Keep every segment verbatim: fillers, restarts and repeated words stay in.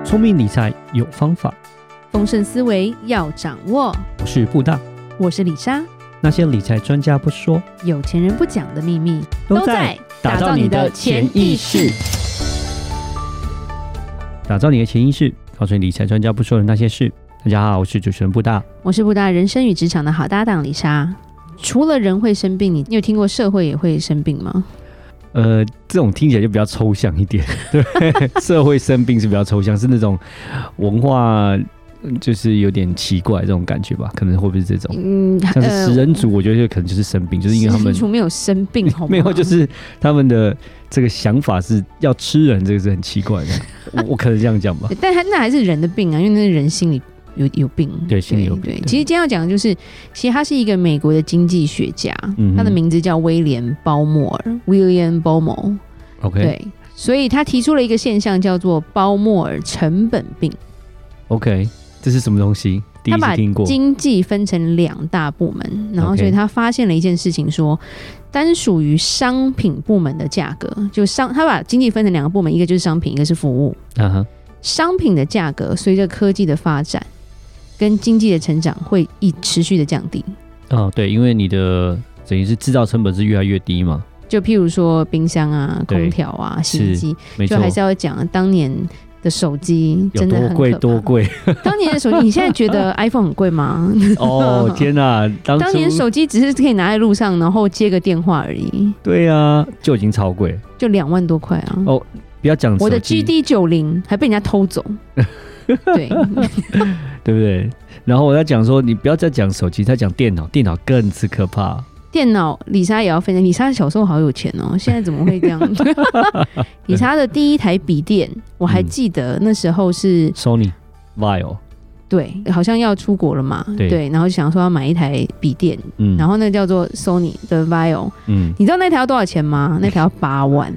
聪明理财有方法， 丰盛思维要掌握。 我是布大， 我是李莎。 那些理财专家不说， 有钱人不讲的秘密， 都在打造你的潜意识。打造你的潜意识，告诉你理财专家不说的那些事。大家好，我是主持人布大， 我是布大人生与职场的好搭档李莎。除了人会生病，你你有听过社会也会生病吗？ 呃，这种听起来就比较抽象一点，对，社会生病是比较抽象，是那种文化就是有点奇怪这种感觉吧？可能会不会是这种？嗯，像是食人族，我觉得可能就是生病，就是因为他们食人族没有生病，好吗？ 没有，就是他们的这个想法是要吃人，这个是很奇怪的。我, 我可能这样讲吧， 但他那还是人的病啊，因为那是人心里有有病， 对，心里有病。对， 其实今天要讲的就是，其实他是一个美国的经济学家，嗯、他的名字叫威廉·鲍莫尔 （William Baumol）。OK， 对，所以他提出了一个现象，叫做鲍莫尔成本病。 OK， 这是什么东西？第一次听过。 他把经济分成两大部门，然后所以他发现了一件事情说，单属于商品部门的价格，就商他把经济分成两个部门，一个就是商品，一个是服务。Uh-huh. 商品的价格随着科技的发展跟经济的成长会一持续的降低。 哦，对，因为你的等于是制造成本是越来越低嘛。 就譬如说冰箱啊、空调啊、洗衣机，就还是要讲当年的手机真的很可怕，有多贵多贵。当年的手机，你现在觉得 iPhone 很贵吗？ 哦天哪、啊！当, 当年手机只是可以拿在路上，然后接个电话而已。对啊，就已经超贵， 就两万多块啊！ 哦，不要讲手机， 我的 G D 九十 还被人家偷走。对， 对不对？然后我在讲说，你不要再讲手机，再讲电脑，电脑更是可怕。 电脑，李莎也要分享。李莎小时候好有钱哦，现在怎么会这样？李莎的第一台笔电，我还记得那时候是 Sony Vaio， 对，好像要出国了嘛， 对, 对，然后想说要买一台笔电，嗯、然后那个叫做 Sony 的 Vaio， 嗯，你知道那台要多少钱吗？那台要八万。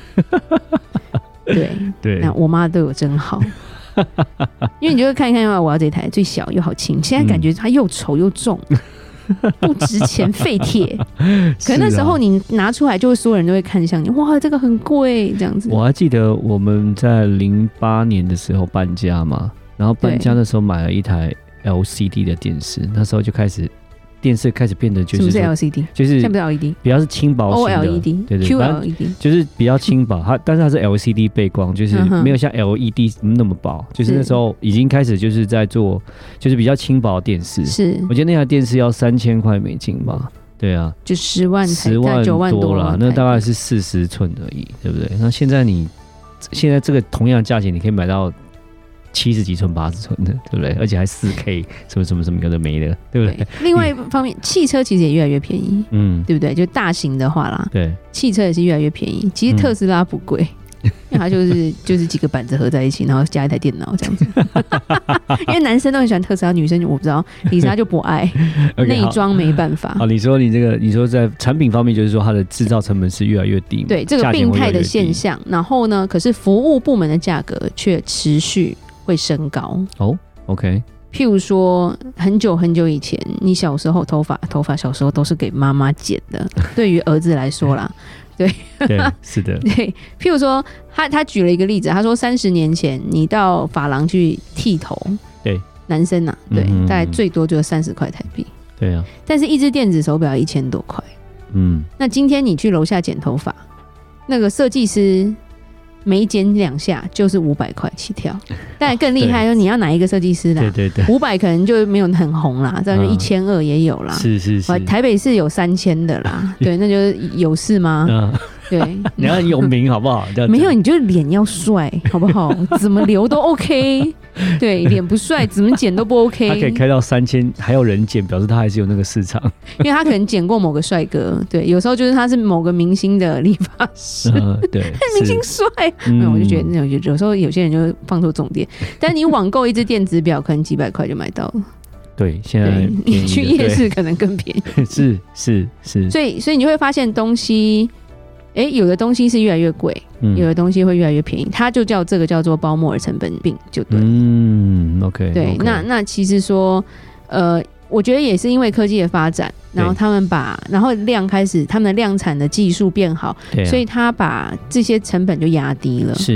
对对，那我妈对我真好。因为你就会看一看，我要这台最小又好轻，现在感觉它又丑又重。不值钱，废铁。可那时候你拿出来，就会所有人都会看向你，哇，这个很贵，这样子。 我还记得我们在零八年的时候搬家嘛，然后搬家的时候买了一台 L C D 的电视，那时候就开始电视开始变得就是， 是不是 L C D？ 就是现在不是 L E D， 比较是轻薄型的 O L E D， 对对 Q L E D， 就是比较轻薄，它但是它是 L C D 背光，就是没有像 L E D 那么薄，就是那时候已经开始就是在做，就是比较轻薄的电视。是，我觉得那台电视要三千块美金吧。对啊， 就十万十万九万多了，那大概是四十寸而已，对不对？那现在你现在这个同样的价钱，你可以买到七十几寸、八十寸的，对不对？而且还四 K， 什么什么什么有的没的，对不对？ 对，另外一方面，汽车其实也越来越便宜，嗯，对不对？就大型的话啦，对，汽车也是越来越便宜。其实特斯拉不贵，嗯、因为它就是就是几个板子合在一起，然后加一台电脑这样子。因为男生都很喜欢特斯拉，女生我不知道，李莎就不爱，内装没办法。 好，你说你这个，你说在产品方面，就是说它的制造成本是越来越低， 对这个病态的现象。然后呢，可是服务部门的价格却持续会升高哦、oh, ，OK。 譬如说，很久很久以前，你小时候头发头发小时候都是给妈妈剪的，对于儿子来说啦，对对，是的， 对。譬如说，他他举了一个例子，他说三十年前你到发廊去剃头，对，男生啊，对，嗯、大概最多就是三十块台币， 对啊。但是一只电子手表一千多块，嗯。那今天你去楼下剪头发，那个设计师每剪两下就是五百块起跳，当然更厉害就是你要哪一个设计师啦，对对对，五百可能就没有很红啦，这样就一千二也有啦，是是是，台北市有三千的啦，对，那就是有事吗？嗯，对， 你要有名好不好？ 没有，你就脸要帅好不好？怎么留都 OK。对，脸不帅怎么剪都不 OK。 他可以开到三千，还有人剪，表示他还是有那个市场。 因为他可能剪过某个帅哥，对，有时候就是他是某个明星的理发师，呃、对，明星帅。嗯，我就觉得那种有时候有些人就放错重点，但你网购一只电子表，可能几百块就买到了。 对，现在你去夜市可能更便宜。 是是是， 所以所以你会发现东西。哎，有的东西是越来越贵，嗯、有的东西会越来越便宜，它就叫这个叫做包莫尔成本病，就对了。嗯 ，OK， 对， okay. 那那其实说，呃，我觉得也是因为科技的发展，然后他们把，然后量开始，他们的量产的技术变好，啊、所以他把这些成本就压低了。是。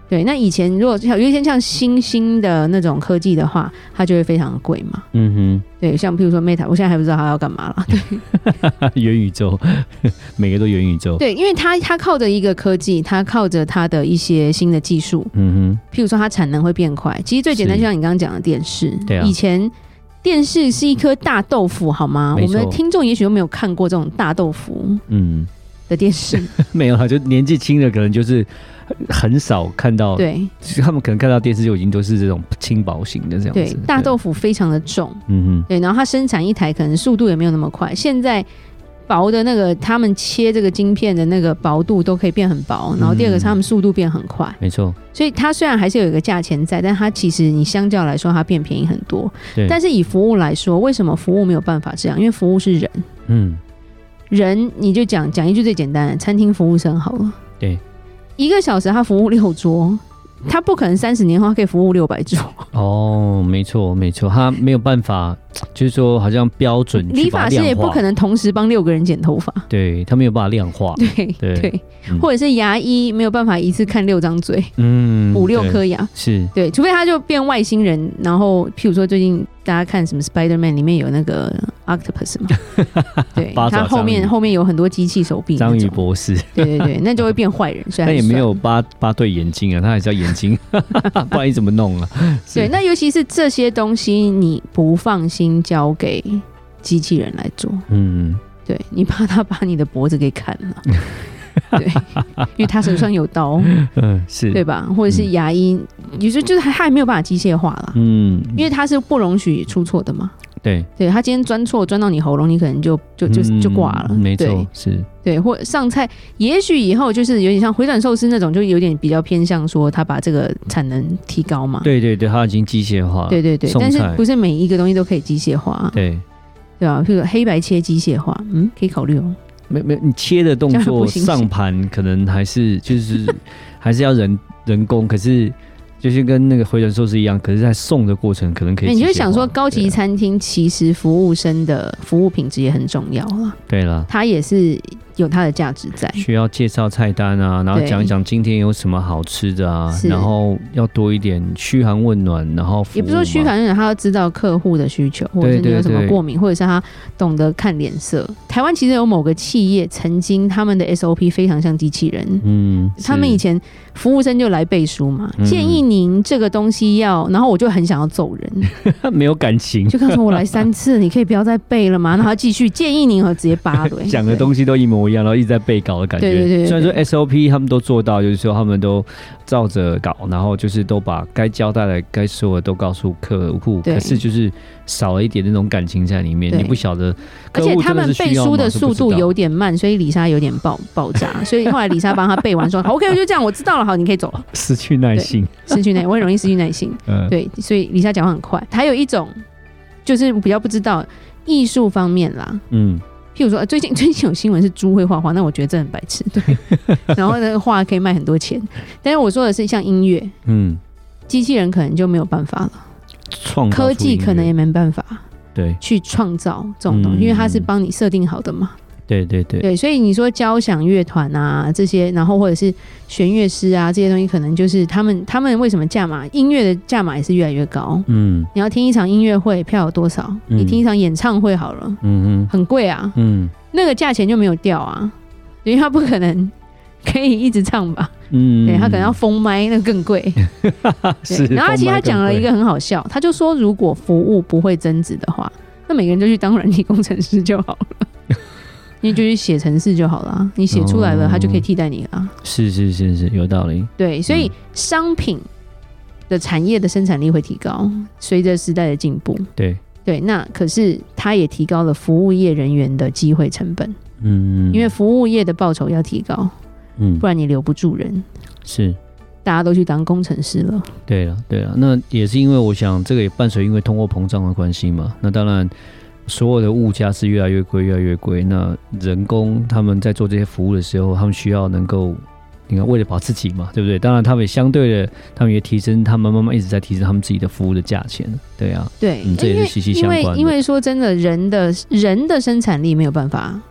对，那以前如果有一些像新兴的那种科技的话，它就会非常的贵嘛。嗯哼，对，像譬如说 Meta， 我现在还不知道它要干嘛了。 对，元宇宙，每个都元宇宙。 对，因为它它靠着一个科技，它靠着它的一些新的技术。嗯哼，譬如说它产能会变快。其实最简单，就像你刚刚讲的电视，对啊，以前电视是一颗大豆腐，好吗？我们的听众也许都没有看过这种大豆腐。嗯。的电视没有啦，就年纪轻的可能就是很少看到，对，他们可能看到电视就已经都是这种轻薄型的这样子。 对，大豆腐非常的重，嗯哼，对，然后它生产一台可能速度也没有那么快。现在薄的那个，他们切这个晶片的那个薄度都可以变很薄，然后第二个是他们速度变很快， 没错。 所以它虽然还是有一个价钱在，但它其实你相较来说它变便宜很多。对，但是以服务来说，为什么服务没有办法这样？因为服务是人，嗯。人你就讲讲一句最简单的，餐厅服务生好了，对，一个小时他服务六桌，他不可能三十年后他可以服务六百桌。 哦，没错没错，他没有办法，就是说好像标准去把它量化，理发师也不可能同时帮六个人剪头发， 对他没有办法量化， 对 对, 对、嗯，或者是牙医没有办法一次看六张嘴，嗯，五六颗牙，是对，除非他就变外星人，然后譬如说最近大家看什么 Spider-Man 里面有那个 Octopus 嘛，对，他后面后面有很多机器手臂， 章鱼博士， 对对对，那就会变坏人，所以但也没有八八对眼睛啊，他还是要眼睛，不然你怎么弄啊？ 对，那尤其是这些东西，你不放心交给机器人来做，嗯，对，你怕他把你的脖子给砍了。对，因为他手上有刀，嗯，是对吧？或者是牙医，有时候就是他还没有办法机械化啦，嗯，因为他是不容许出错的嘛。对，对他今天钻错钻到你喉咙，你可能就就就就挂了。 没错，是对，或上菜，也许以后就是有点像回转寿司那种，就有点比较偏向说他把这个产能提高嘛。 对对对，他已经机械化了。 对对对，但是不是每一个东西都可以机械化？ 对， 对吧？譬如黑白切机械化，嗯，可以考虑哦。 没没，你切的动作上盘可能还是就是还是要人人工，可是就是跟那个回转寿司一样，可是在送的过程可能可以。 你就想说，高级餐厅其实服务生的服务品质也很重要了。 对了， 它也是有它的价值在， 需要介绍菜单啊，然后讲一讲今天有什么好吃的啊，然后要多一点嘘寒问暖，然后也不是说嘘寒问暖，他要知道客户的需求，或者是你有什么过敏，或者是他懂得看脸色。台湾其实有某个企业曾经他们的 S O P 非常像机器人，嗯，他们以前服务生就来背书嘛，嗯、建议您这个东西要，然后我就很想要揍人， 没有感情， 就告诉我来三次，你可以不要再背了吗？然后继续建议您和直接扒了， 讲的东西都一模一样，然后一直在背稿的感觉。对对 对, 对，虽然说 S O P 他们都做到，就是说他们都照着稿，然后就是都把该交代的、该说的都告诉客户，可是就是少了一点那种感情在里面。你不晓得客户真的是需要吗？而且他们背书的速度有点慢，所以李莎有点爆爆炸，所以后来李莎帮他背完说好 ：“OK， 我就这样，我知道了，好，你可以走了。” 失去耐心， 失去耐，我很容易失去耐心。嗯、对，所以李莎讲话很快。还有一种就是比较不知道艺术方面啦，嗯。譬如说，最近最近有新闻是猪会画画，那我觉得这很白痴，对。然后那个画可以卖很多钱，但是我说的是像音乐，嗯，机器人可能就没有办法了， 创科技可能也没办法， 对， 去创造这种东西，嗯、因为它是帮你设定好的嘛。 对对对， 对，所以你说交响乐团啊这些，然后或者是弦乐师啊这些东西，可能就是他们他们为什么价码音乐的价码也是越来越高。嗯，你要听一场音乐会票有多少？嗯、你听一场演唱会好了，嗯哼，很贵啊，嗯，那个价钱就没有掉啊，因为他不可能可以一直唱吧，嗯，对他可能要封麦，那更贵。是，然后其实他讲了一个很好笑，他就说如果服务不会增值的话，那每个人就去当软体工程师就好了。你就去写程式就好了，你写出来了，它就可以替代你了。 是是是是，有道理。 对，所以商品的产业的生产力会提高，随着时代的进步。 对对，那可是它也提高了服务业人员的机会成本。嗯，因为服务业的报酬要提高，嗯，不然你留不住人。 是， 大家都去当工程师了。 对了对了，那也是因为我想这个也伴随因为通货膨胀的关系嘛。那当然。所有的物价是越来越贵，越来越贵。那人工他们在做这些服务的时候，他们需要能够，你看为了保自己嘛，对不对？当然，他们也相对的，他们也提升，他们慢慢一直在提升他们自己的服务的价钱。对啊， 对， 嗯，这也是息息相关的。 因为因为说真的，人的人的生产力没有办法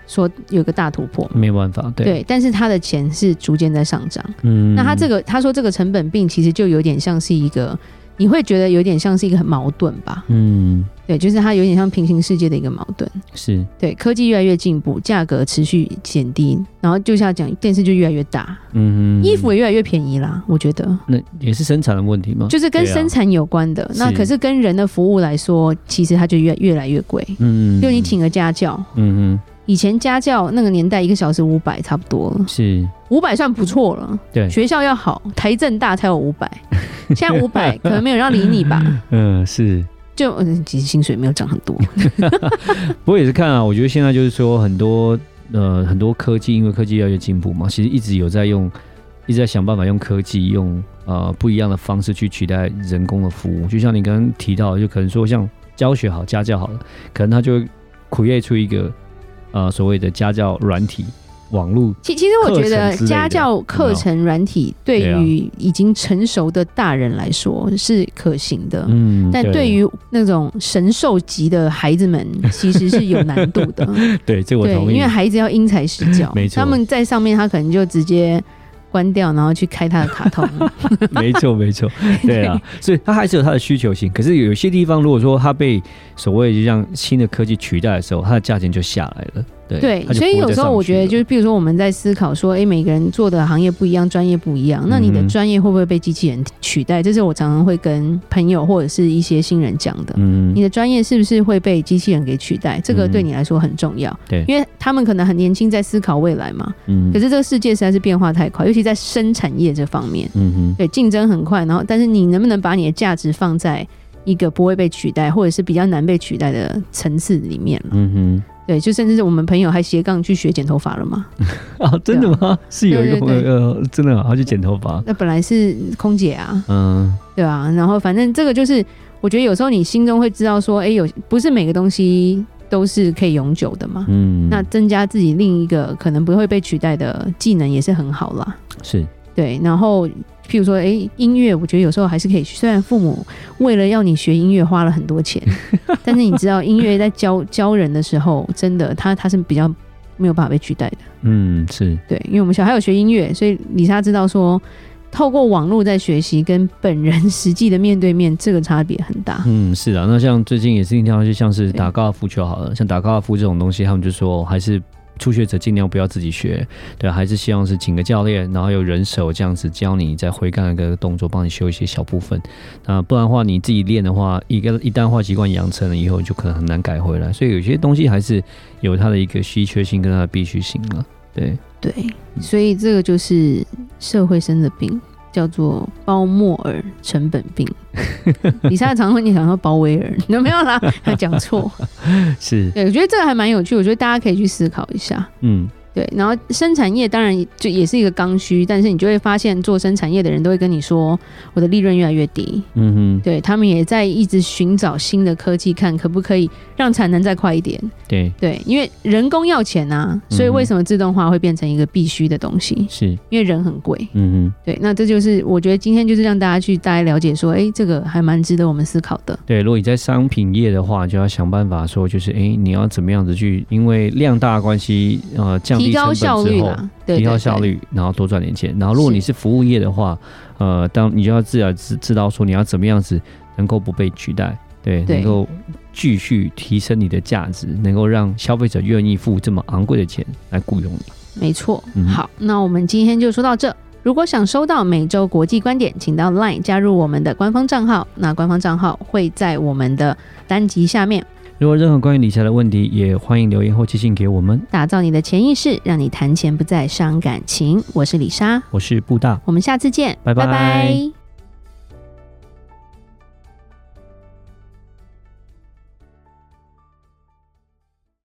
说有个大突破， 没有办法，对对，但是它的钱是逐渐在上涨。嗯，那他这个他说这个成本病其实就有点像是一个，你会觉得有点像是一个很矛盾吧？嗯，对，就是它有点像平行世界的一个矛盾。 是， 对，科技越来越进步，价格持续减低，然后就像讲电视就越来越大，嗯，衣服也越来越便宜啦。我觉得那也是生产的问题吗？ 就是跟生产有关的。啊、那可是跟人的服务来说，其实它就越越来越贵。嗯，就你请个家教，嗯哼。以前家教那个年代一个小时五百差不多了， 是五百算不错了。 对， 学校要好，台政大才有五百，现在五百可能没有人要理你吧？ 嗯，是。 就其实薪水没有涨很多， 不过也是看啊，我觉得现在就是说很多呃很多科技，因为科技越来越进步嘛，其实一直有在用，一直在想办法用科技用呃不一样的方式去取代人工的服务。就像你刚刚提到的，就可能说像教学好家教好了，可能他就会 create 出一个。呃，所谓的家教软体、网络， 其其实我觉得家教课程软体对于已经成熟的大人来说是可行的，嗯，但对于那种神兽级的孩子们，其实是有难度的。 对，这我同意， 因为孩子要因材施教， 没错， 他们在上面他可能就直接。关掉，然后去开他的卡通。 没错，没错，对啊，所以他还是有他的需求性。可是有些地方，如果说他被所谓就像新的科技取代的时候，它的价钱就下来了。对， 对，所以有时候我觉得，就是比如说我们在思考说，哎，每个人做的行业不一样，专业不一样，那你的专业会不会被机器人取代？这是我常常会跟朋友或者是一些新人讲的。嗯，你的专业是不是会被机器人给取代？这个对你来说很重要。对，因为他们可能很年轻，在思考未来嘛。嗯，可是这个世界实在是变化太快，尤其在生产业这方面，嗯哼，对，竞争很快。然后，但是你能不能把你的价值放在一个不会被取代，或者是比较难被取代的层次里面了？嗯哼。对，就甚至是我们朋友还斜杠去学剪头发了嘛？ 啊，真的吗？是有一个呃，真的他去剪头发。 那本来是空姐啊，嗯，对啊。然后反正这个就是，我觉得有时候你心中会知道说，哎，有不是每个东西都是可以永久的嘛。嗯，那增加自己另一个可能不会被取代的技能也是很好啦。 是， 对。然后譬如说，哎，音乐，我觉得有时候还是可以。虽然父母为了要你学音乐花了很多钱，但是你知道，音乐在教教人的时候，真的，他他是比较没有办法被取代的。嗯，是对，因为我们小孩有学音乐，所以李莎知道说，透过网络在学习，跟本人实际的面对面，这个差别很大。 嗯，是啊。那像最近也是听到，就像是打高尔夫球好了，像打高尔夫这种东西，他们就说还是。初学者尽量不要自己学，对，还是希望是请个教练，然后有人手这样子教你在挥杆的动作，帮你修一些小部分。那不然的话，你自己练的话，一个一旦坏习惯养成了以后，就可能很难改回来。所以有些东西还是有它的一个稀缺性跟它的必须性了。对对，所以这个就是社会生的病。叫做包莫尔成本病。李莎常会你想说包威尔，有没有啦？他讲错， 是对，我觉得这个还蛮有趣，我觉得大家可以去思考一下。嗯。对，然后生产业当然就也是一个刚需，但是你就会发现做生产业的人都会跟你说我的利润越来越低，嗯哼，对，他们也在一直寻找新的科技，看可不可以让产能再快一点。 对对，因为人工要钱啊，所以为什么自动化会变成一个必须的东西？是因为人很贵。嗯哼，对，那这就是我觉得今天就是让大家去大概了解说，哎，这个还蛮值得我们思考的。 对，如果你在商品业的话，就要想办法说，就是哎，你要怎么样子去，因为量大的关系，呃，降低提高效率啦，对对对， 提高效率，然后多赚点钱。然后如果你是服务业的话，呃，当你就要自然知知道说你要怎么样子能够不被取代，对，对能够继续提升你的价值，能够让消费者愿意付这么昂贵的钱来雇佣你。 没错、嗯、好，那我们今天就说到这。如果想收到每周国际观点，请到 LINE 加入我们的官方账号，那官方账号会在我们的单集下面。 如果任何关于理财的问题，也欢迎留言或寄信给我们。 打造你的潜意识，让你谈钱不再伤感情。我是李莎， 我是布大， 我们下次见， 拜拜。拜拜。